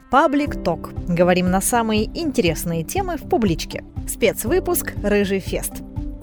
Public Talk. Говорим на самые интересные темы в публичке. Спецвыпуск «Рыжий фест».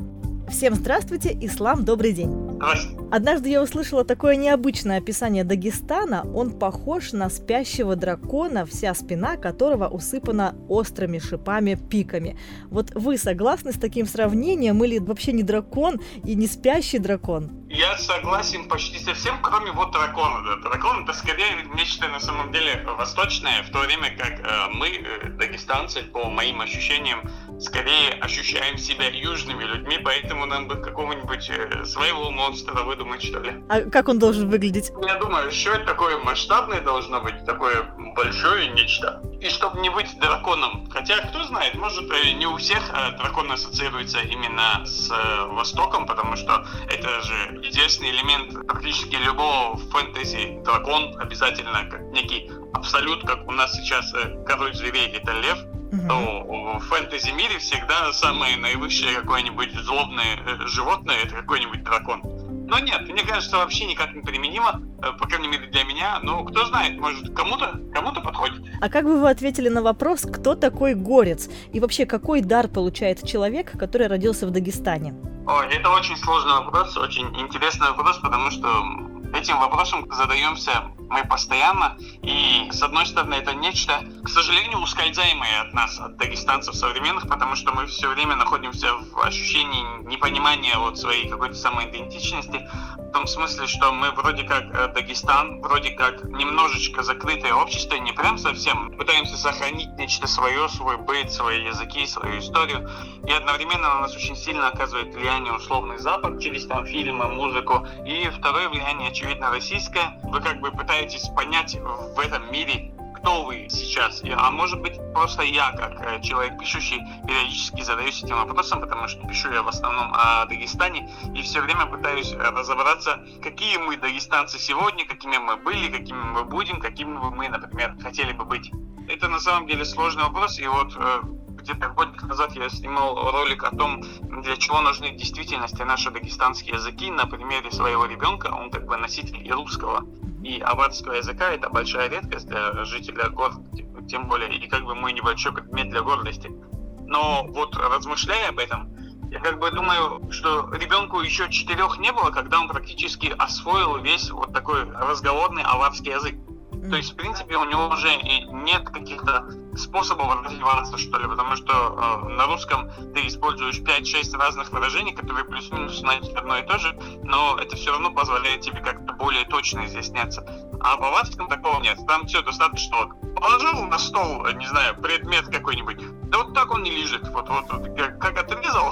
Всем здравствуйте, Ислам, добрый день. Здравствуйте. Однажды я услышала такое необычное описание Дагестана. Он похож на спящего дракона, вся спина которого усыпана острыми шипами-пиками. Вот вы согласны с таким сравнением или вообще не дракон и не спящий дракон? Я согласен почти со всем, кроме вот дракона. Да. Дракон — это скорее нечто на самом деле восточное, в то время как мы, дагестанцы, по моим ощущениям, скорее ощущаем себя южными людьми, поэтому нам бы какого-нибудь своего монстра выдумать, что ли. А как он должен выглядеть? Я думаю, что это такое масштабное должно быть, такое большое нечто. И чтобы не быть драконом. Хотя, кто знает, может, не у всех дракон ассоциируется именно с Востоком, потому что это же известный элемент практически любого фэнтези. Дракон обязательно как некий абсолют, как у нас сейчас король зверей — это лев. То в фэнтези-мире всегда самое наивысшее какое-нибудь злобное животное — это какой-нибудь дракон. Но нет, мне кажется, вообще никак не применимо, по крайней мере для меня. Но кто знает, может, кому-то подходит. А как бы вы ответили на вопрос, кто такой горец? И вообще, какой дар получает человек, который родился в Дагестане? Это очень сложный вопрос, очень интересный вопрос, потому что этим вопросом задаемся мы постоянно, и, с одной стороны, это нечто, к сожалению, ускользаемое от нас, от дагестанцев современных, потому что мы все время находимся в ощущении непонимания вот своей какой-то самоидентичности, в том смысле, что мы вроде как Дагестан, вроде как немножечко закрытое общество, не прям совсем, пытаемся сохранить нечто свое, свой быт, свои языки, свою историю, и одновременно на нас очень сильно оказывает влияние условный Запад через там фильмы, музыку, и второе влияние, очевидно, российское. Вы как бы пытаетесь понять в этом мире, кто вы сейчас. А может быть, просто я, как человек пишущий, периодически задаюсь этим вопросом, потому что пишу я в основном о Дагестане, и все время пытаюсь разобраться, какие мы дагестанцы сегодня, какими мы были, какими мы будем, какими мы, например, хотели бы быть. Это на самом деле сложный вопрос, и вот где-то год назад я снимал ролик о том, для чего нужны в действительности наши дагестанские языки на примере своего ребенка. Он как бы носитель и русского, и аварского языка. Это большая редкость для жителя гор, тем более, и как бы мой небольшой предмет для гордости. Но вот размышляя об этом, я как бы думаю, что ребенку еще 4 не было, когда он практически освоил весь вот такой разговорный аварский язык. То есть, в принципе, у него уже нет каких-то способов развиваться, что ли, потому что на русском ты используешь 5-6 разных выражений, которые плюс-минус значат одно и то же, но это все равно позволяет тебе как-то более точно изъясняться. А в аварском такого нет. Там все достаточно вот положил на стол, не знаю, предмет какой-нибудь, да вот так он не лежит, вот как отрезал,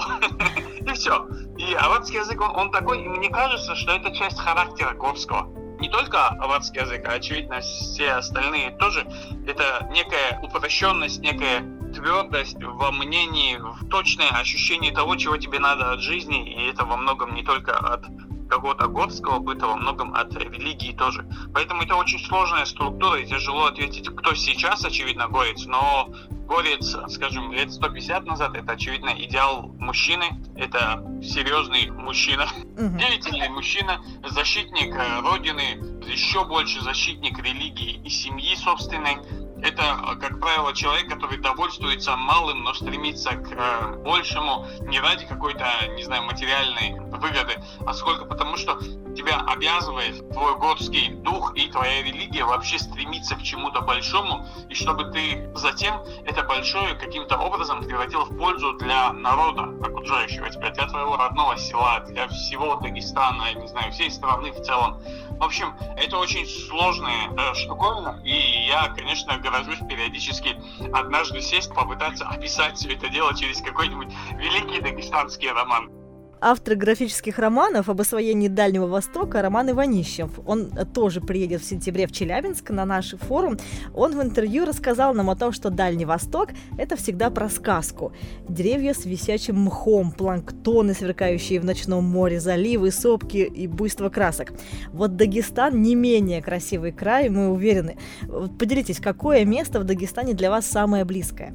и все. И аварский язык, он такой, и мне кажется, что это часть характера горского. Не только аварский язык, а, очевидно, все остальные тоже. Это некая упрощенность, некая твердость во мнении, в точное ощущение того, чего тебе надо от жизни. И это во многом не только от какого-то горского быта, во многом от религии тоже. Поэтому это очень сложная структура, и тяжело ответить, кто сейчас, очевидно, горец. Но горец, скажем, лет 150 назад, это, очевидно, идеал мужчины. Это серьезный мужчина, деятельный мужчина, защитник Родины, еще больше защитник религии и семьи собственной. Это, как правило, человек, который довольствуется малым, но стремится к большему не ради какой-то, не знаю, материальной выгоды, а сколько потому, что тебя обязывает твой горский дух и твоя религия вообще стремиться к чему-то большому, и чтобы ты затем это большое каким-то образом превратил в пользу для народа, окружающего тебя, для твоего родного села, для всего Дагестана, не знаю, всей страны в целом. В общем, это очень сложная штуковина, и я, конечно, горжусь периодически однажды сесть, попытаться описать все это дело через какой-нибудь великий дагестанский роман. Автор графических романов об освоении Дальнего Востока Роман Иванищев. Он тоже приедет в сентябре в Челябинск на наш форум. Он в интервью рассказал нам о том, что Дальний Восток – это всегда про сказку. Деревья с висячим мхом, планктоны, сверкающие в ночном море, заливы, сопки и буйство красок. Вот Дагестан не менее красивый край, мы уверены. Поделитесь, какое место в Дагестане для вас самое близкое?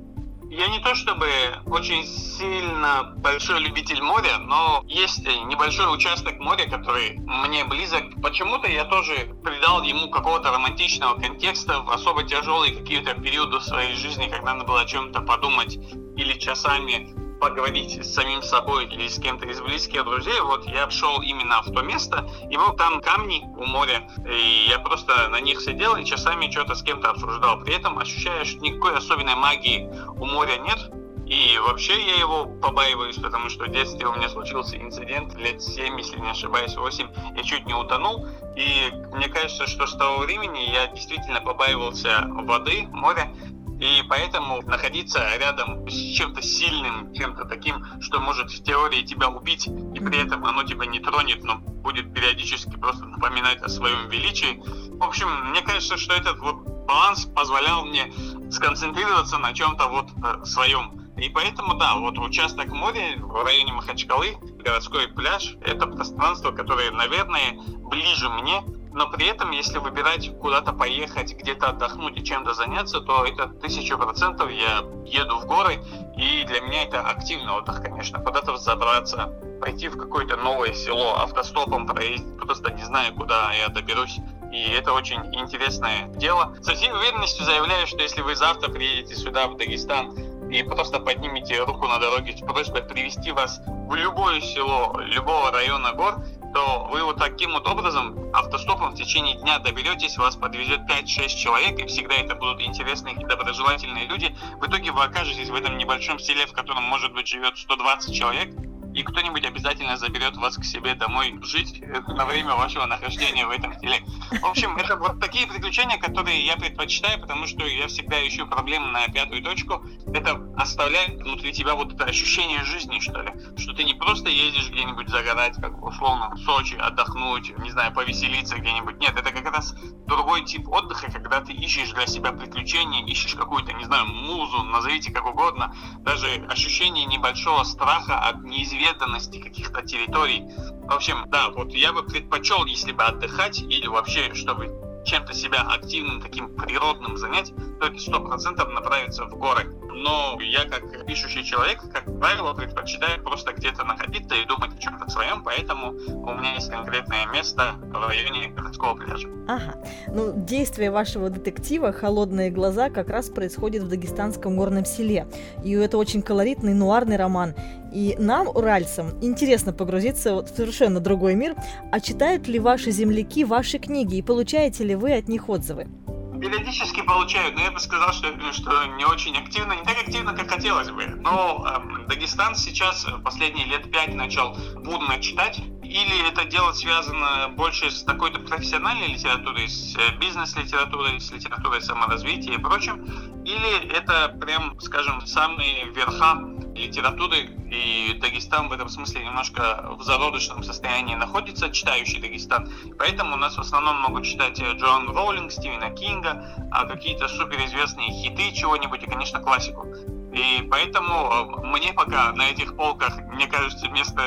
Я не то чтобы очень сильно большой любитель моря, но есть небольшой участок моря, который мне близок. Почему-то я тоже придал ему какого-то романтичного контекста в особо тяжелые какие-то периоды в своей жизни, когда надо было о чем-то подумать или часами поговорить с самим собой или с кем-то из близких друзей. Вот я шел именно в то место, и вот там камни у моря, и я просто на них сидел и часами что-то с кем-то обсуждал. При этом ощущаю, что никакой особенной магии у моря нет. И вообще я его побаиваюсь, потому что в детстве у меня случился инцидент, лет 7, если не ошибаюсь, 8, я чуть не утонул. И мне кажется, что с того времени я действительно побаивался воды, моря. И поэтому находиться рядом с чем-то сильным, чем-то таким, что может в теории тебя убить, и при этом оно тебя не тронет, но будет периодически просто напоминать о своем величии. В общем, мне кажется, что этот вот баланс позволял мне сконцентрироваться на чем-то вот своем. И поэтому, да, вот участок моря в районе Махачкалы, городской пляж, это пространство, которое, наверное, ближе мне. Но при этом, если выбирать куда-то поехать, где-то отдохнуть и чем-то заняться, то это 1000% я еду в горы, и для меня это активный отдых, конечно. Куда-то забраться, пойти в какое-то новое село, автостопом проездить, просто не знаю, куда я доберусь. И это очень интересное дело. Со всей уверенностью заявляю, что если вы завтра приедете сюда, в Дагестан, и просто поднимете руку на дороге с просьбой привести вас в любое село, любого района гор, то вы вот таким вот образом автостопом в течение дня доберетесь, вас подвезет 5-6 человек, и всегда это будут интересные и доброжелательные люди. В итоге вы окажетесь в этом небольшом селе, в котором, может быть, живет 120 человек, и кто-нибудь обязательно заберет вас к себе домой жить на время вашего нахождения в этом селе. В общем, это вот такие приключения, которые я предпочитаю, потому что я всегда ищу проблемы на пятую точку. Это оставляет внутри тебя вот это ощущение жизни, что ли. Что ты не просто едешь где-нибудь загорать, как условно в Сочи, отдохнуть, не знаю, повеселиться где-нибудь. Нет, это как раз другой тип отдыха, когда ты ищешь для себя приключения, ищешь какую-то, не знаю, музу, назовите как угодно. Даже ощущение небольшого страха от неизведанности каких-то территорий. В общем, да, вот я бы предпочел, если бы отдыхать или вообще, чтобы чем-то себя активным, таким природным занять, то это 100% направиться в горы. Но я, как пишущий человек, как правило, предпочитаю просто где-то находиться и думать о чем-то своем, поэтому у меня есть конкретное место в районе городского пляжа. Ага. Ну, действие вашего детектива «Холодные глаза» как раз происходит в дагестанском горном селе. И это очень колоритный нуарный роман. И нам, уральцам, интересно погрузиться в совершенно другой мир. А читают ли ваши земляки ваши книги и получаете ли вы от них отзывы? Периодически получают, но я бы сказал, что не очень активно, не так активно, как хотелось бы. Но Дагестан сейчас последние лет 5 начал бурно читать. Или это дело связано больше с какой-то профессиональной литературой, с бизнес-литературой, с литературой саморазвития и прочим, или это прям, скажем, самые верха литературы, и Дагестан в этом смысле немножко в зародышном состоянии находится, читающий Дагестан. Поэтому у нас в основном могут читать Джоан Роулинг, Стивена Кинга, какие-то суперизвестные хиты чего-нибудь и, конечно, классику. И поэтому мне пока на этих полках, мне кажется, места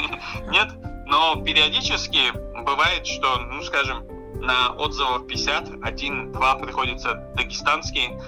нет. Но периодически бывает, что, скажем, на отзывов 50, 1-2 приходится дагестанские,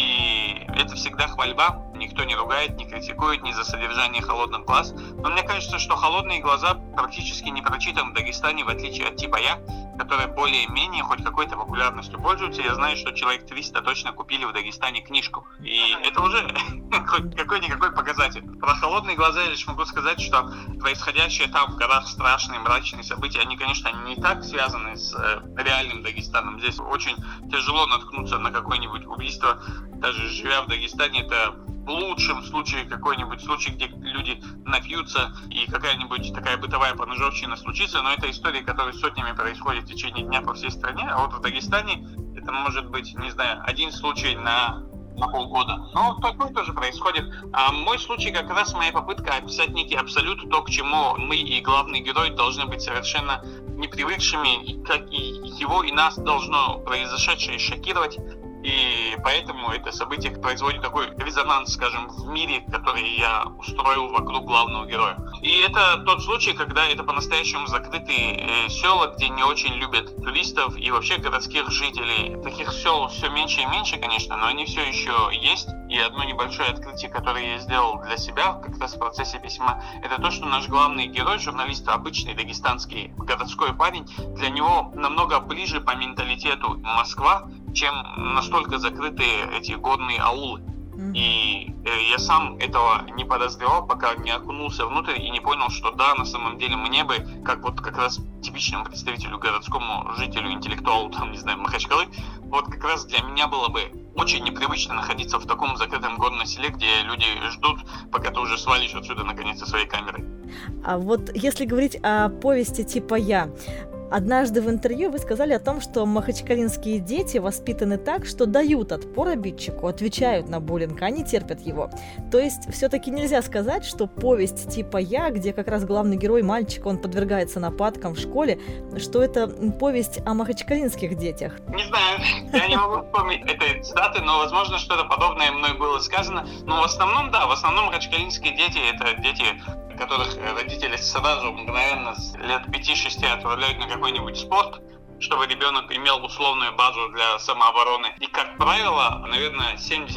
и это всегда хвальба. Никто не ругает, не критикует ни за содержание «Холодных глаз». Но мне кажется, что «Холодные глаза» практически не прочитан в Дагестане, в отличие от типа «Я», которые более-менее хоть какой-то популярностью пользуются. Я знаю, что человек 300 точно купили в Дагестане книжку. И это уже хоть какой-никакой показатель. Про «Холодные глаза» я лишь могу сказать, что происходящее там в горах страшные, мрачные события, они, конечно, не так связаны с реальным Дагестаном. Здесь очень тяжело наткнуться на какое-нибудь убийство. Даже живя в Дагестане, это в лучшем случае какой-нибудь случай, где люди напьются и какая-нибудь такая бытовая поножовщина случится, но это истории, которые сотнями происходят в течение дня по всей стране, а вот в Дагестане это может быть, не знаю, один случай на полгода. Но такое тоже происходит. А мой случай как раз моя попытка описать некий абсолют, то, к чему мы и главный герой должны быть совершенно непривыкшими, и как и его, и нас должно произошедшее шокировать. и поэтому это событие производит такой резонанс, скажем, в мире, который я устроил вокруг главного героя. И это тот случай, когда это по-настоящему закрытые села, где не очень любят туристов и вообще городских жителей. Таких сел все меньше и меньше, конечно, но они все еще есть. И одно небольшое открытие, которое я сделал для себя как раз в процессе письма, это то, что наш главный герой, журналист, обычный дагестанский городской парень, для него намного ближе по менталитету Москва, чем настолько закрытые эти горные аулы. И я сам этого не подозревал, пока не окунулся внутрь и не понял, что да, на самом деле мне бы, как раз типичному представителю, городскому жителю, интеллектуалу, там, не знаю, Махачкалы, как раз для меня было бы очень непривычно находиться в таком закрытом горном селе, где люди ждут, пока ты уже свалишь отсюда наконец со своей камерой. А вот если говорить о повести типа «Я», однажды в интервью вы сказали о том, что махачкалинские дети воспитаны так, что дают отпор обидчику, отвечают на буллинг, а не терпят его. То есть все-таки нельзя сказать, что повесть типа «Я», где как раз главный герой, мальчик, он подвергается нападкам в школе, что это повесть о махачкалинских детях. Не знаю, я не могу вспомнить этой цитаты, но, возможно, что-то подобное мной было сказано. Но в основном, да, махачкалинские дети — это дети, которых родители сразу мгновенно с лет 5-6 отправляют на какой-нибудь спорт, чтобы ребенок имел условную базу для самообороны. И, как правило, наверное,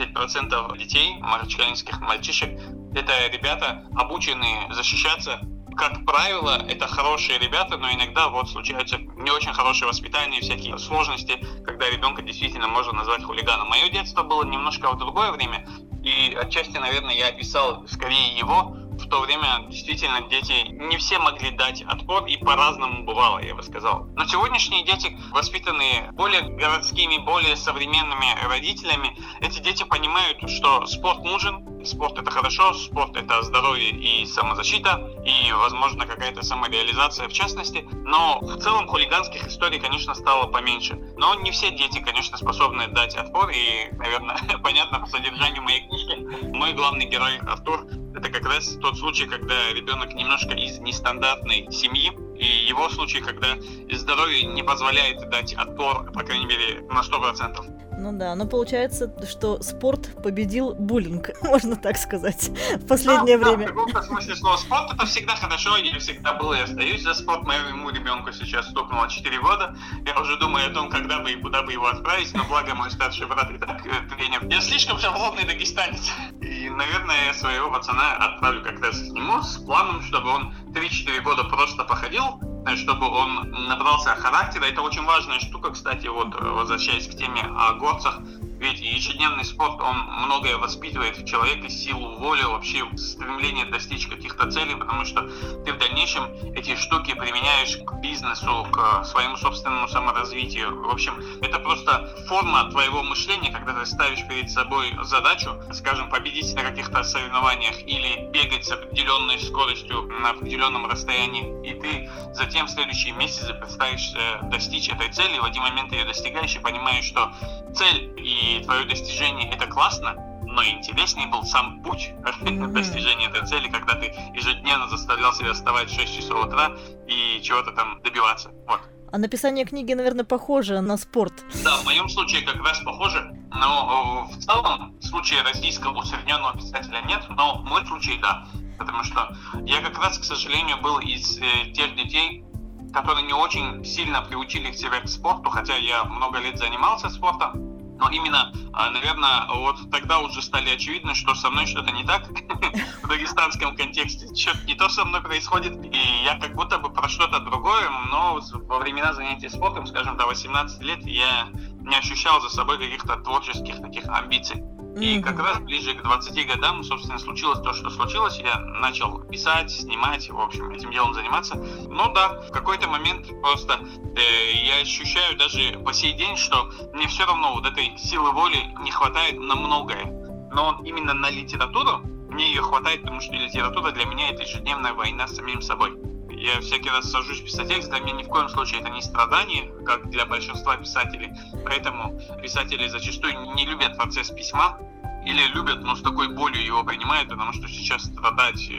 70% детей, махачкалинских мальчишек, это ребята, обученные защищаться. Как правило, это хорошие ребята, но иногда случаются не очень хорошее воспитание, всякие сложности, когда ребенка действительно можно назвать хулиганом. Мое детство было немножко в другое время, и отчасти, наверное, я описал скорее его. В то время действительно дети не все могли дать отпор, и по-разному бывало, я бы сказал. Но сегодняшние дети, воспитанные более городскими, более современными родителями, эти дети понимают, что спорт нужен, спорт — это хорошо, спорт — это здоровье и самозащита, и, возможно, какая-то самореализация в частности. Но в целом хулиганских историй, конечно, стало поменьше. Но не все дети, конечно, способны дать отпор, и, наверное, понятно по содержанию моей книжки, мой главный герой Артур — это как раз тот случай, когда ребенок немножко из нестандартной семьи, и его случай, когда здоровье не позволяет дать отпор, по крайней мере, на 100%. Ну да, но получается, что спорт победил буллинг, можно так сказать, в последнее время. Да, в каком-то смысле слова. Спорт — это всегда хорошо, я всегда был и остаюсь за спорт. Моему ребенку сейчас стукнуло 4 года. Я уже думаю о том, когда бы и куда бы его отправить, но благо мой старший брат и так тренер. Я слишком шаблонный дагестанец. И, наверное, я своего пацана отправлю как раз к нему с планом, чтобы он 3-4 года просто походил, чтобы он набрался характера. Это очень важная штука, кстати, возвращаясь к теме о горцах. Ведь ежедневный спорт, он многое воспитывает в человеке, силу воли, вообще стремление достичь каких-то целей, потому что ты в дальнейшем эти штуки применяешь к бизнесу, к своему собственному саморазвитию. В общем, это просто форма твоего мышления, когда ты ставишь перед собой задачу, скажем, победить на каких-то соревнованиях или бегать с определенной скоростью на определенном расстоянии, и ты затем в следующие месяцы пытаешься достичь этой цели, в один момент ее достигаешь и понимаешь, что цель и твое достижение — это классно, но интереснее был сам путь достижения этой цели, когда ты ежедневно заставлял себя вставать в 6 часов утра и чего-то там добиваться. А написание книги, наверное, похоже на спорт. Да, в моем случае как раз похоже, но в целом в случае российского усредненного писателя нет, но в моем случае да, потому что я как раз, к сожалению, был из тех детей, которые не очень сильно приучили себя к спорту, хотя я много лет занимался спортом. Но именно, наверное, тогда уже стали очевидно, что со мной что-то не так в дагестанском контексте. Что-то не то со мной происходит, и я как будто бы про что-то другое, но во времена занятий спортом, скажем, до 18 лет, я не ощущал за собой каких-то творческих таких амбиций. И как раз ближе к 20 годам, собственно, случилось то, что случилось. Я начал писать, снимать, в общем, этим делом заниматься. Ну да, в какой-то момент просто я ощущаю даже по сей день, что мне все равно этой силы воли не хватает на многое. Но именно на литературу мне ее хватает, потому что литература для меня — это ежедневная война с самим собой. Я всякий раз сажусь писать текст, для меня ни в коем случае это не страдание, как для большинства писателей. Поэтому писатели зачастую не любят процесс письма, или любят, но с такой болью его принимают, потому что сейчас страдать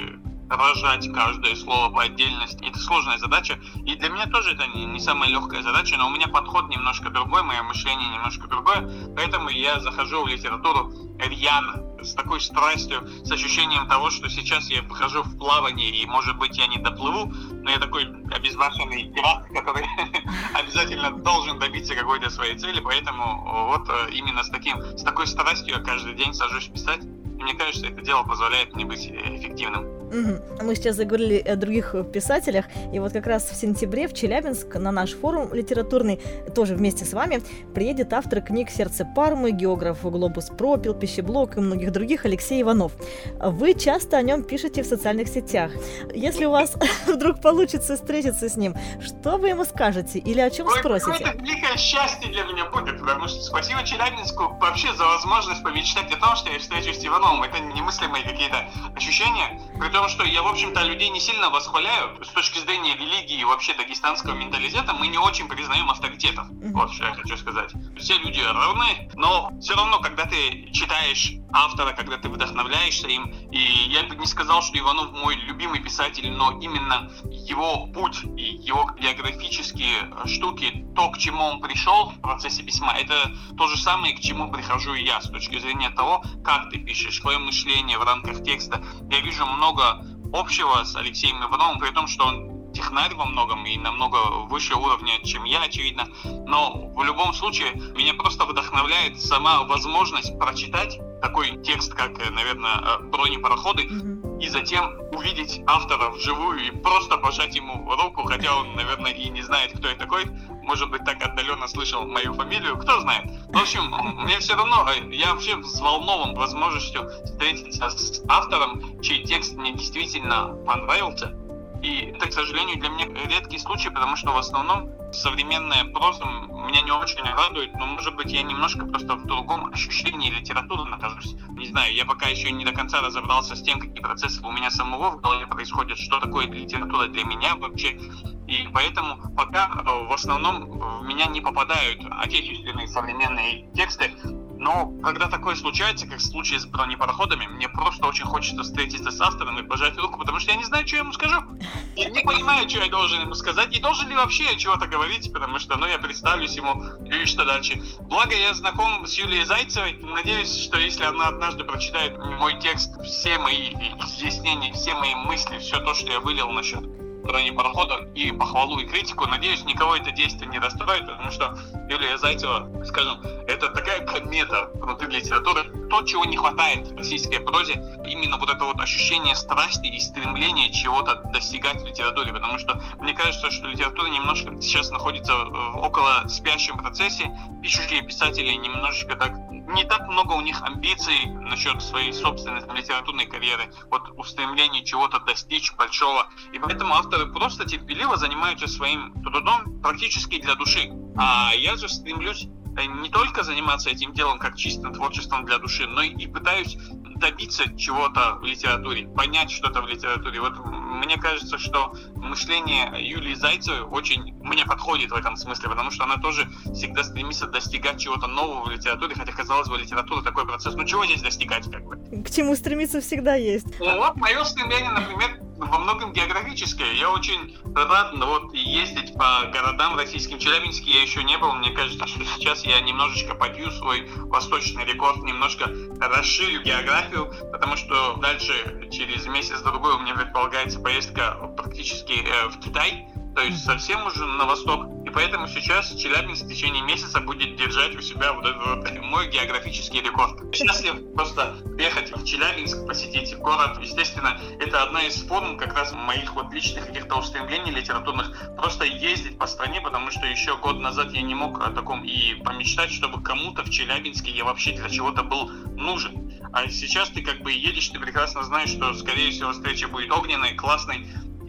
рожать каждое слово по отдельности. Это сложная задача, и для меня тоже это не самая легкая задача, но у меня подход немножко другой, мое мышление немножко другое, поэтому я захожу в литературу рьяно, с такой страстью, с ощущением того, что сейчас я выхожу в плавание, и, может быть, я не доплыву, но я такой обезбашенный пират, который обязательно должен добиться какой-то своей цели, поэтому вот именно с такой страстью я каждый день сажусь писать, и мне кажется, это дело позволяет мне быть эффективным. Мы сейчас заговорили о других писателях, и вот как раз в сентябре в Челябинск на наш форум литературный, тоже вместе с вами, приедет автор книг «Сердце Пармы», географ «Глобус пропил», «Пищеблок» и многих других Алексей Иванов. Вы часто о нем пишете в социальных сетях. Если у вас вдруг получится встретиться с ним, что вы ему скажете или о чем спросите? Это великое счастье для меня будет, потому что спасибо Челябинску вообще за возможность помечтать о том, что я встречусь с Ивановым. Это немыслимые какие-то ощущения, при том, что я, в общем-то, людей не сильно восхваляю с точки зрения религии и вообще дагестанского менталитета, мы не очень признаем авторитетов. Вот что я хочу сказать. Все люди равны, но все равно, когда ты читаешь автора, когда ты вдохновляешься им, и я бы не сказал, что Иванов мой любимый писатель, но именно его путь и его биографические штуки, то, к чему он пришел в процессе письма, это то же самое, к чему прихожу и я, с точки зрения того, как ты пишешь, твое мышление в рамках текста. Я вижу много общего с Алексеем Ивановым, при том, что он технарь во многом и намного выше уровня, чем я, очевидно. Но в любом случае меня просто вдохновляет сама возможность прочитать такой текст, как, наверное, «Бронепароходы», и затем увидеть автора вживую и просто пожать ему руку, хотя он, наверное, и не знает, кто я такой. Может быть, так отдаленно слышал мою фамилию, кто знает. В общем, мне все равно, я вообще взволнован возможностью встретиться с автором, чей текст мне действительно понравился. И это, к сожалению, для меня редкий случай, потому что в основном современная проза меня не очень радует, но, может быть, я немножко просто в другом ощущении литературы нахожусь. Не знаю, я пока еще не до конца разобрался с тем, какие процессы у меня самого в голове происходят, что такое литература для меня вообще. И поэтому пока в основном в меня не попадают отечественные современные тексты. Но когда такое случается, как в случае с «Бронепароходами», мне просто очень хочется встретиться с автором и пожать руку, потому что я не знаю, что я ему скажу. Я не понимаю, что я должен ему сказать, и должен ли вообще я чего-то говорить, потому что, я представлюсь ему, и что дальше. Благо, я знаком с Юлией Зайцевой. Надеюсь, что если она однажды прочитает мой текст, все мои изъяснения, все мои мысли, все то, что я вылил насчет «Бронепарохода», и похвалу, и критику, надеюсь, никого это действие не расстроит, потому что Юлия Зайцева, скажем, это такая комета внутри литературы. То, чего не хватает в российской прозе, именно вот это вот ощущение страсти и стремления чего-то достигать в литературе, потому что мне кажется, что литература немножко сейчас находится в около спящем процессе. Пишущие писатели немножечко не так много у них амбиций насчет своей собственной литературной карьеры, вот устремлений чего-то достичь большого. И поэтому авторы просто терпеливо занимаются своим трудом практически для души. А я же стремлюсь не только заниматься этим делом как чистым творчеством для души, но и пытаюсь добиться чего-то в литературе, понять что-то в литературе. Вот мне кажется, что мышление Юлии Зайцевой очень мне подходит в этом смысле, потому что она тоже всегда стремится достигать чего-то нового в литературе, хотя, казалось бы, литература такой процесс. Чего здесь достигать, как бы? К чему стремиться всегда есть. Вот мое стремление, например, во многом географическое. Я очень рад ездить по городам российским. Челябинске я еще не был. Мне кажется, что сейчас я немножечко побью свой восточный рекорд, немножко расширю географию, потому что дальше, через месяц-другой, у меня предполагается поездка практически в Китай, то есть совсем уже на восток. И поэтому сейчас Челябинск в течение месяца будет держать у себя вот этот мой географический рекорд. Счастлив просто приехать в Челябинск, посетить город. Естественно, это одна из форм как раз моих личных каких-то устремлений литературных. Просто ездить по стране, потому что еще год назад я не мог о таком и помечтать, чтобы кому-то в Челябинске я вообще для чего-то был нужен. А сейчас ты едешь, ты прекрасно знаешь, что, скорее всего, встреча будет огненной, классной.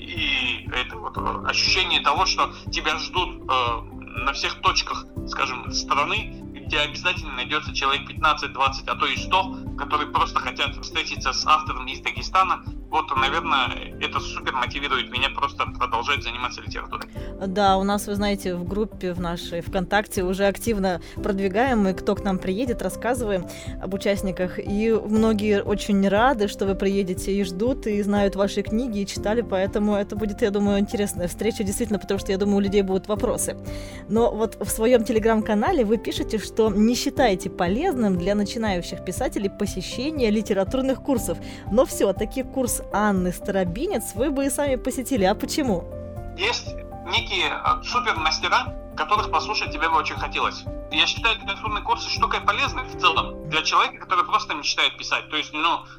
И это ощущение того, что тебя ждут на всех точках, скажем, страны, где обязательно найдется человек 15, 20, а то и 100, которые просто хотят встретиться с автором из Дагестана, Вот, наверное, это супер мотивирует меня просто продолжать заниматься литературой. Да, у нас, вы знаете, в группе в нашей ВКонтакте уже активно продвигаем, мы кто к нам приедет, рассказываем об участниках, и многие очень рады, что вы приедете и ждут, и знают ваши книги, и читали, поэтому это будет, я думаю, интересная встреча, действительно, потому что, я думаю, у людей будут вопросы. Но вот в своем телеграм-канале вы пишете, что не считаете полезным для начинающих писателей посещение литературных курсов, но все-таки курс Анны Старобинец вы бы и сами посетили, а почему? Есть некие супермастера, которых послушать тебе бы очень хотелось. Я считаю литературные курсы штукой полезной в целом для человека, который просто мечтает писать. То есть,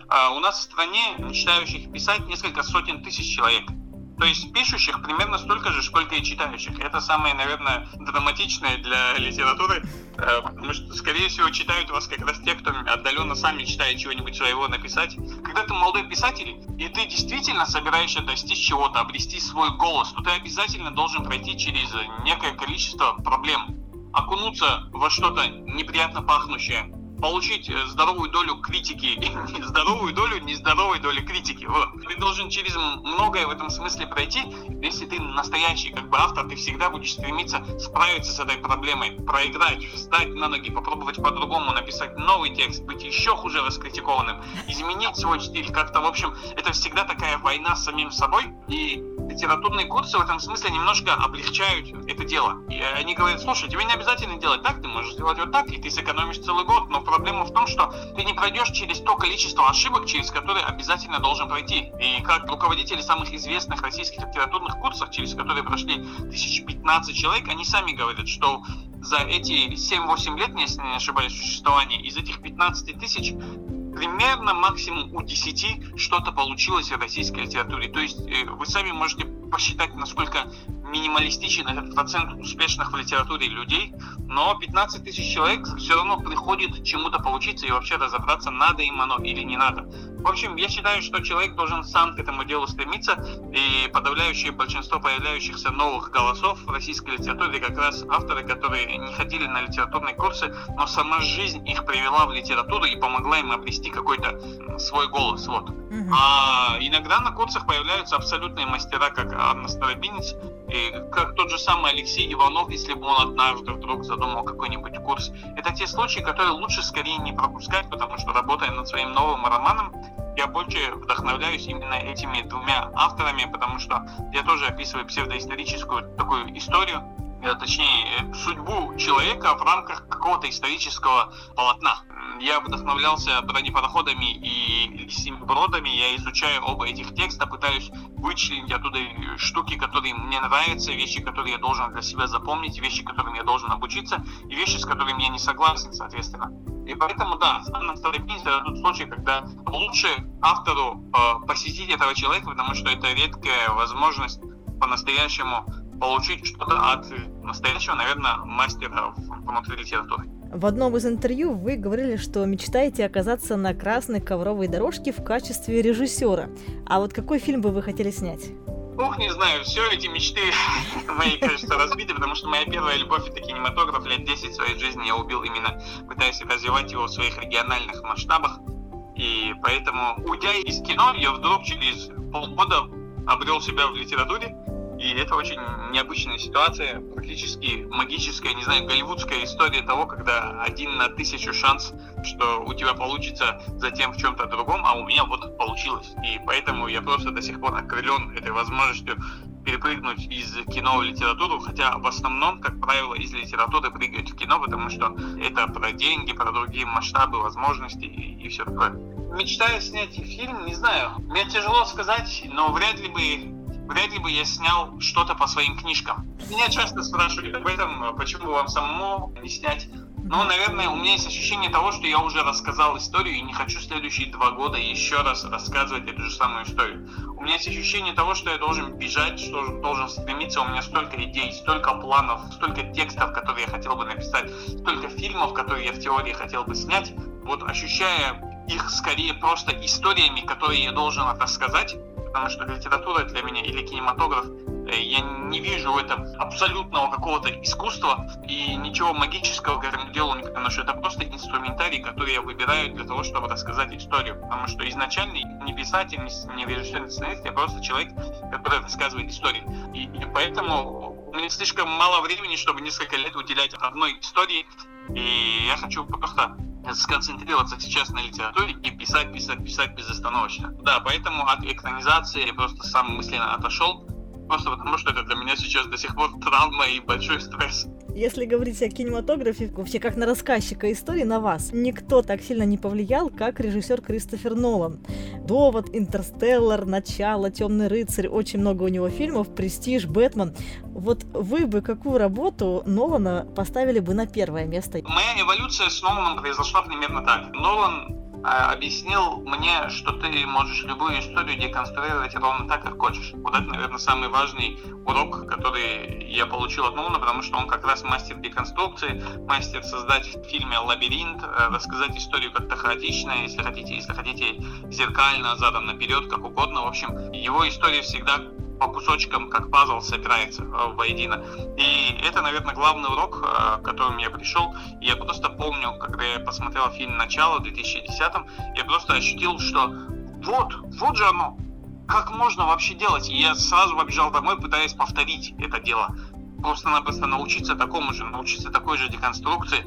у нас в стране мечтающих писать несколько сотен тысяч человек. То есть пишущих примерно столько же, сколько и читающих. Это самое, наверное, драматичное для литературы, потому что, скорее всего, читают вас как раз те, кто отдаленно сам мечтает чего-нибудь своего написать. Когда ты молодой писатель, и ты действительно собираешься достичь чего-то, обрести свой голос, то ты обязательно должен пройти через некое количество проблем, окунуться во что-то неприятно пахнущее, получить здоровую долю критики и здоровую долю нездоровой доли критики. Вот. Ты должен через многое в этом смысле пройти. Если ты настоящий автор, ты всегда будешь стремиться справиться с этой проблемой, проиграть, встать на ноги, попробовать по-другому, написать новый текст, быть еще хуже раскритикованным, изменить свой стиль как-то. В общем, это всегда такая война с самим собой. И литературные курсы в этом смысле немножко облегчают это дело. И они говорят: слушай, тебе не обязательно делать так, ты можешь сделать вот так, и ты сэкономишь целый год. Но проблема в том, что ты не пройдешь через то количество ошибок, через которые обязательно должен пройти. И как руководители самых известных российских литературных курсов, через которые прошли 1015 человек, они сами говорят, что за эти 7-8 лет, если не ошибаюсь, существования, из этих 15 тысяч примерно максимум у 10 что-то получилось в российской литературе. То есть вы сами можете посчитать, насколько минималистичен этот процент успешных в литературе людей, но 15 тысяч человек все равно приходит чему-то поучиться и вообще разобраться, надо им оно или не надо. В общем, я считаю, что человек должен сам к этому делу стремиться, и подавляющее большинство появляющихся новых голосов в российской литературе как раз авторы, которые не ходили на литературные курсы, но сама жизнь их привела в литературу и помогла им обрести какой-то свой голос. Вот. А иногда на курсах появляются абсолютные мастера, как Анна Старобинец, и как тот же самый Алексей Иванов, если бы он однажды вдруг задумал какой-нибудь курс. Это те случаи, которые лучше скорее не пропускать, потому что, работая над своим новым романом, я больше вдохновляюсь именно этими двумя авторами, потому что я тоже описываю псевдоисторическую такую историю, точнее, судьбу человека в рамках какого-то исторического полотна. Я вдохновлялся бронепароходами и лисими бродами, я изучаю оба этих текста, пытаюсь вычленить оттуда штуки, которые мне нравятся, вещи, которые я должен для себя запомнить, вещи, которым я должен обучиться, и вещи, с которыми я не согласен, соответственно. И поэтому, да, Анна Старобинец — это тот случай, когда лучше автору посетить этого человека, потому что это редкая возможность по-настоящему получить что-то от настоящего, наверное, мастера внутри литературы. В одном из интервью вы говорили, что мечтаете оказаться на красной ковровой дорожке в качестве режиссера. А вот какой фильм бы вы хотели снять? Не знаю, все эти мечты мои, кажется, разбиты, потому что моя первая любовь — это кинематограф. Лет 10 своей жизни я убил именно, пытаясь развивать его в своих региональных масштабах. И поэтому, уйдя из кино, я вдруг через полгода обрел себя в литературе. И это очень необычная ситуация, практически магическая, не знаю, голливудская история того, когда 1 на 1000 шанс, что у тебя получится затем в чем-то другом, а у меня вот получилось. И поэтому я просто до сих пор окрылен этой возможностью перепрыгнуть из кино в литературу, хотя в основном, как правило, из литературы прыгают в кино, потому что это про деньги, про другие масштабы, возможности и все такое. Мечтаю снять фильм, не знаю, мне тяжело сказать, но вряд ли бы я снял что-то по своим книжкам. Меня часто спрашивают об этом, почему вам самому не снять. Наверное, у меня есть ощущение того, что я уже рассказал историю и не хочу следующие 2 года еще раз рассказывать эту же самую историю. У меня есть ощущение того, что я должен бежать, что должен стремиться. У меня столько идей, столько планов, столько текстов, которые я хотел бы написать, столько фильмов, которые я в теории хотел бы снять. Вот ощущая их скорее просто историями, которые я должен рассказать, потому что литература для меня или кинематограф — Я не вижу в этом абсолютного какого-то искусства и ничего магического к этому делу, потому что это просто инструментарий, который я выбираю для того, чтобы рассказать историю. Потому что изначально не писатель, не режиссер, не сценарист, я просто человек, который рассказывает историю. И поэтому у меня слишком мало времени, чтобы несколько лет уделять одной истории. И я хочу просто сконцентрироваться сейчас на литературе и писать безостановочно. Да, поэтому от экранизации я просто сам мысленно отошел, просто потому что это для меня сейчас до сих пор травма и большой стресс. Если говорить о кинематографе, вообще как на рассказчика истории, на вас, никто так сильно не повлиял, как режиссер Кристофер Нолан. «Довод», «Интерстеллар», «Начало», «Темный рыцарь», очень много у него фильмов, «Престиж», «Бэтмен». Вот вы бы какую работу Нолана поставили бы на первое место? Моя эволюция с Ноланом произошла примерно так. Нолан объяснил мне, что ты можешь любую историю деконструировать ровно так, как хочешь. Вот это, наверное, самый важный урок, который я получил от Нолана, потому что он как раз мастер деконструкции, мастер создать в фильме лабиринт, рассказать историю как-то хаотично, если хотите зеркально, задом наперед, как угодно. В общем, его история всегда по кусочкам, как пазл, собирается воедино. И это, наверное, главный урок, к которому я пришел. Я просто помню, когда я посмотрел фильм «Начало» в 2010-м, я просто ощутил, что вот же оно, как можно вообще делать. И я сразу побежал домой, пытаясь повторить это дело. Просто-напросто научиться такой же деконструкции.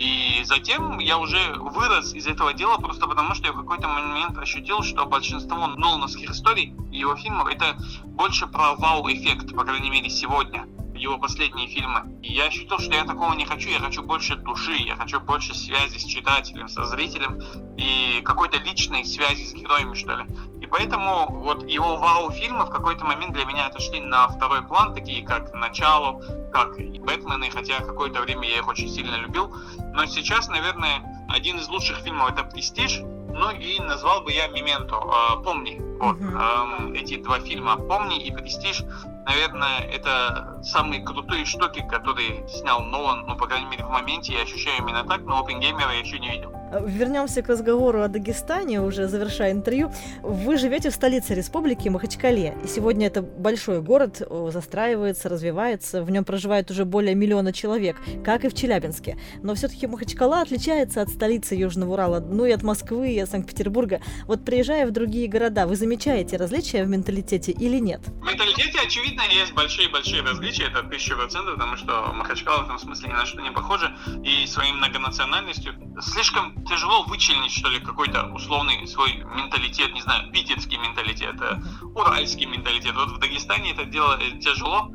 И затем я уже вырос из этого дела, просто потому что я в какой-то момент ощутил, что большинство нолановских историй, его фильмов, это больше про вау-эффект, по крайней мере сегодня, его последние фильмы. И я ощутил, что я такого не хочу, я хочу больше души, я хочу больше связи с читателем, со зрителем и какой-то личной связи с героями, что ли. И поэтому вот его вау-фильмы в какой-то момент для меня отошли на второй план, такие как «Начало», как и «Бэтмены», хотя какое-то время я их очень сильно любил. Но сейчас, наверное, один из лучших фильмов — это «Престиж», ну и назвал бы я «Мементо», «Помни». Вот, эти два фильма «Помни» и «Престиж», наверное, это самые крутые штуки, которые снял Нолан, ну, по крайней мере, в моменте я ощущаю именно так, но «Оппенгеймера» я еще не видел. Вернемся к разговору о Дагестане, уже завершая интервью. Вы живете в столице республики Махачкале, и сегодня это большой город, застраивается, развивается, в нем проживает уже более 1 миллиона человек, как и в Челябинске. Но все-таки Махачкала отличается от столицы Южного Урала, ну и от Москвы, и от Санкт-Петербурга. Вот приезжая в другие города, вы замечаете различия в менталитете или нет? В менталитете, очевидно, есть большие-большие различия, это 1000%, потому что Махачкала в этом смысле ни на что не похожа, и своей многонациональностью слишком тяжело вычленить, что ли, какой-то условный свой менталитет, не знаю, питерский менталитет, уральский менталитет. Вот в Дагестане это дело тяжело,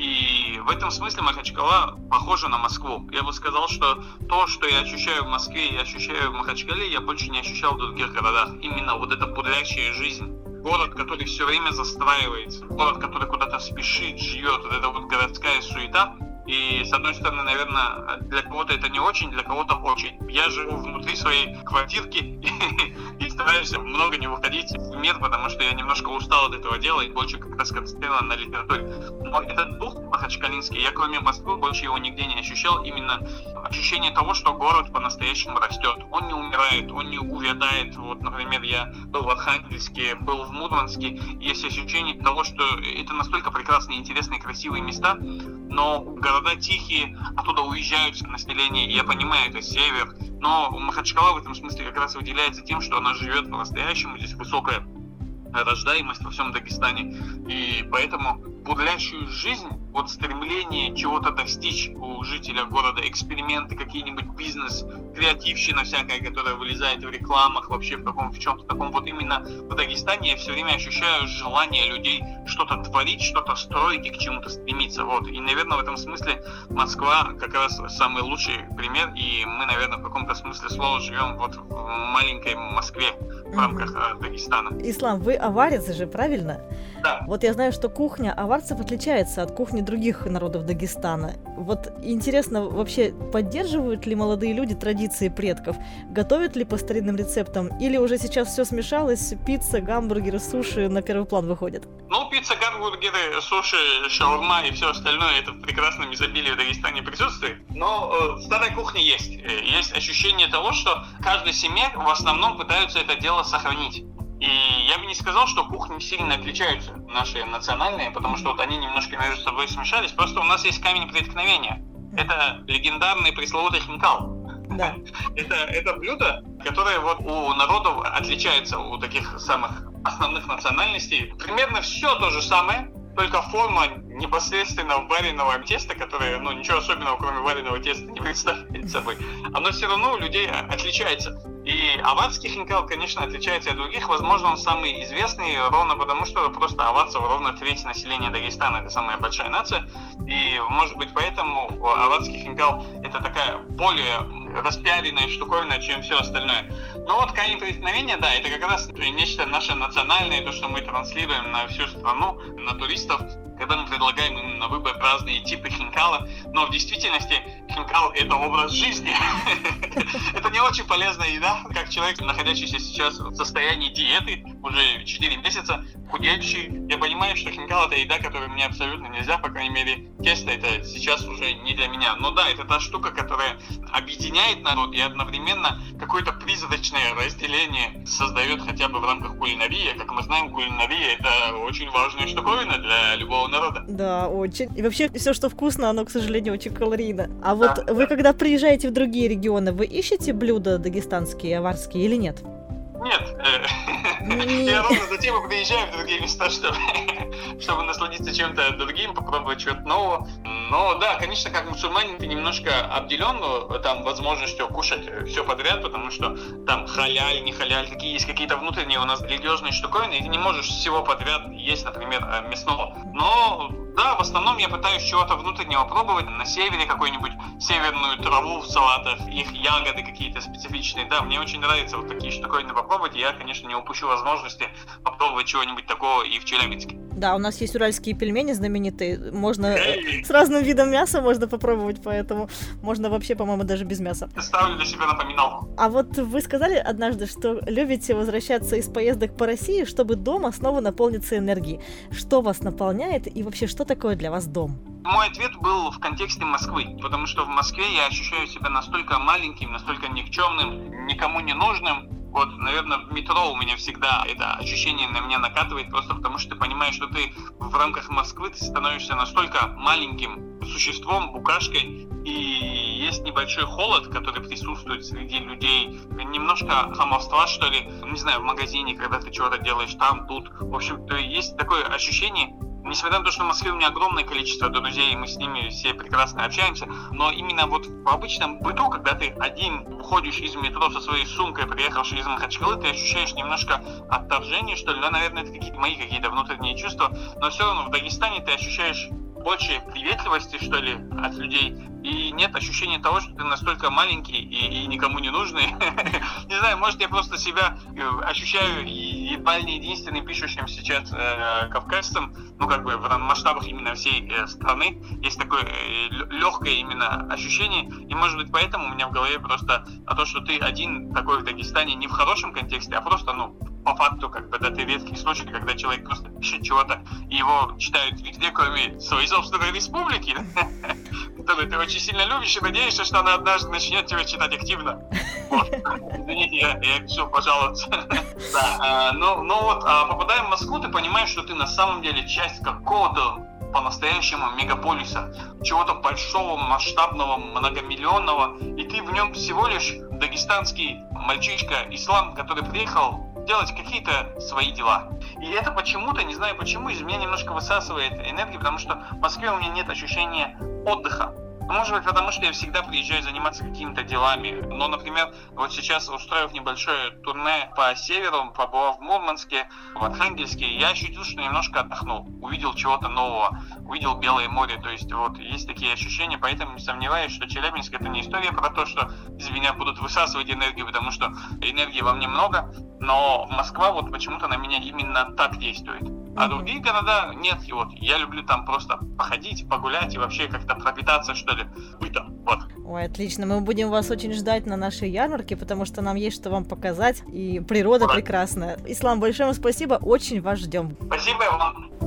и в этом смысле Махачкала похожа на Москву. Я бы сказал, что то, что я ощущаю в Москве и ощущаю в Махачкале, я больше не ощущал в других городах. Именно вот эта бурлящая жизнь. Город, который все время застраивается, город, который куда-то спешит, живет, вот эта вот городская суета. И, с одной стороны, наверное, для кого-то это не очень, для кого-то очень. Я живу внутри своей квартирки и стараюсь много не выходить в мир, потому что я немножко устал от этого дела и больше как-то сконцентрирован на литературе. Но этот дух махачкалинский, я кроме Москвы больше его нигде не ощущал. Именно ощущение того, что город по-настоящему растет. Он не умирает, он не увядает. Вот, например, я был в Архангельске, был в Мурманске. Есть ощущение того, что это настолько прекрасные, интересные, красивые места, но города тихие, оттуда уезжают население, я понимаю, это север, но Махачкала в этом смысле как раз выделяется тем, что она живет по-настоящему, здесь высокая рождаемость во всем Дагестане, и поэтому бурлящую жизнь, вот стремление чего-то достичь у жителя города, эксперименты, какие-нибудь бизнес, креативщина всякая, которая вылезает в рекламах, вообще в чем-то таком, вот именно в Дагестане я все время ощущаю желание людей что-то творить, что-то строить и к чему-то стремиться, вот, и, наверное, в этом смысле Москва как раз самый лучший пример, и мы, наверное, в каком-то смысле слова живем вот в маленькой Москве в рамках Дагестана. Ислам, вы аварец же, правильно? Да. Вот я знаю, что кухня аварцев отличается от кухни других народов Дагестана. Вот интересно, вообще поддерживают ли молодые люди традиции предков? Готовят ли по старинным рецептам? Или уже сейчас все смешалось, пицца, гамбургеры, суши на первый план выходят? Ну, пицца, гамбургеры, суши, шаурма и все остальное, это в прекрасном изобилии в Дагестане присутствует. Но старая кухня есть. Есть ощущение того, что каждая семья в основном пытаются это дело сохранить. И я бы не сказал, что кухни сильно отличаются, наши национальные, потому что вот они немножко между собой смешались. Просто у нас есть камень преткновения. Это легендарный пресловутый хинкал. Да. Это блюдо, которое вот у народов отличается, у таких самых основных национальностей. Примерно все то же самое, только форма непосредственно вареного теста, которое, ничего особенного, кроме вареного теста, не представляет собой, оно все равно у людей отличается. И аварский хинкал, конечно, отличается от других. Возможно, он самый известный, ровно потому, что просто аварцев ровно треть населения Дагестана. Это самая большая нация. И, может быть, поэтому аварский хинкал – это такая более распиаренная штуковина, чем все остальное. Но вот камень преткновения, да, это как раз нечто наше национальное, то, что мы транслируем на всю страну, на туристов, когда мы предлагаем им на выбор разные типы хинкала. Но в действительности хинкал – это образ жизни. Это не очень полезная еда. Как человек, находящийся сейчас в состоянии диеты, уже 4 месяца, худеющий, я понимаю, что хинкал – это еда, которую мне абсолютно нельзя, по крайней мере, тесто – это сейчас уже не для меня. Но да, это та штука, которая объединяет народ и одновременно какое-то призрачное разделение создает хотя бы в рамках кулинарии. Как мы знаем, кулинария – это очень важная штуковина для любого народа. Да, очень. И вообще все, что вкусно, оно, к сожалению, очень калорийно. А вот вы, когда приезжаете в другие регионы, вы ищете блюда дагестанские, аварские или нет? Нет. Я ровно затем и приезжаю в другие места, чтобы насладиться чем-то другим, попробовать чего-то нового. Но да, конечно, как мусульманин ты немножко обделен там возможностью кушать все подряд, потому что там халяль, не халяль, такие есть какие-то внутренние у нас религиозные штуковины, и ты не можешь всего подряд есть, например, мясного. Но да, в основном я пытаюсь чего-то внутреннего пробовать. На севере какую-нибудь северную траву в салатах, их ягоды какие-то специфичные. Да, мне очень нравится вот такие штуковины попробовать. Я, конечно, не упущу возможности попробовать чего-нибудь такого и в Челябинске. Да, у нас есть уральские пельмени знаменитые. Можно с разным видом мяса можно попробовать, поэтому можно вообще, по-моему, даже без мяса. Ставлю для себя напоминалку. А вот вы сказали однажды, что любите возвращаться из поездок по России, чтобы дома снова наполниться энергией. Что вас наполняет и вообще что такое для вас дом? Мой ответ был в контексте Москвы, потому что в Москве я ощущаю себя настолько маленьким, настолько никчемным, никому не нужным. Вот, наверное, в метро у меня всегда это ощущение на меня накатывает, просто потому что ты понимаешь, что ты в рамках Москвы ты становишься настолько маленьким существом, букашкой, и есть небольшой холод, который присутствует среди людей, немножко хамовства, что ли, не знаю, в магазине, когда ты чего-то делаешь там, тут. В общем, то есть такое ощущение. Несмотря на то, что в Москве у меня огромное количество друзей, и мы с ними все прекрасно общаемся, но именно вот в обычном быту, когда ты один уходишь из метро со своей сумкой, приехавший из Махачкалы, ты ощущаешь немножко отторжение, что ли, да, наверное, это мои какие-то внутренние чувства, но все равно в Дагестане ты ощущаешь больше приветливости, что ли, от людей, и нет ощущения того, что ты настолько маленький и никому не нужный. Не знаю, может, я просто себя ощущаю едва ли не единственным пишущим сейчас кавказцем, в масштабах именно всей страны. Есть такое легкое именно ощущение, и, может быть, поэтому у меня в голове просто то, что ты один такой в Дагестане, не в хорошем контексте, а просто, по факту, ты редкий случай, когда человек просто пишет чего-то, и его читают везде, кроме своей собственной республики, которую ты очень сильно любишь и надеешься, что она однажды начнет тебя читать активно. Вот. Извините, я решил пожаловаться. Да. Попадая в Москву, ты понимаешь, что ты на самом деле часть какого-то по-настоящему мегаполиса, чего-то большого, масштабного, многомиллионного, и ты в нем всего лишь дагестанский мальчишка, ислам, который приехал делать какие-то свои дела. И это почему-то, не знаю почему, из меня немножко высасывает энергию, потому что в Москве у меня нет ощущения отдыха. Может быть, потому что я всегда приезжаю заниматься какими-то делами. Но, например, вот сейчас, устроив небольшое турне по северу, побывав в Мурманске, в Архангельске, я ощутил, что немножко отдохнул. Увидел чего-то нового, увидел Белое море. То есть вот есть такие ощущения, поэтому не сомневаюсь, что Челябинск — это не история про то, что из меня будут высасывать энергию, потому что энергии во мне много. Но Москва вот почему-то на меня именно так действует. А другие города нет. И вот я люблю там просто походить, погулять и вообще как-то пропитаться, что ли, бытом. Вот. Ой, отлично. Мы будем вас очень ждать на нашей ярмарке, потому что нам есть что вам показать. И природа прекрасная. Ислам, большое вам спасибо. Очень вас ждем. Спасибо вам.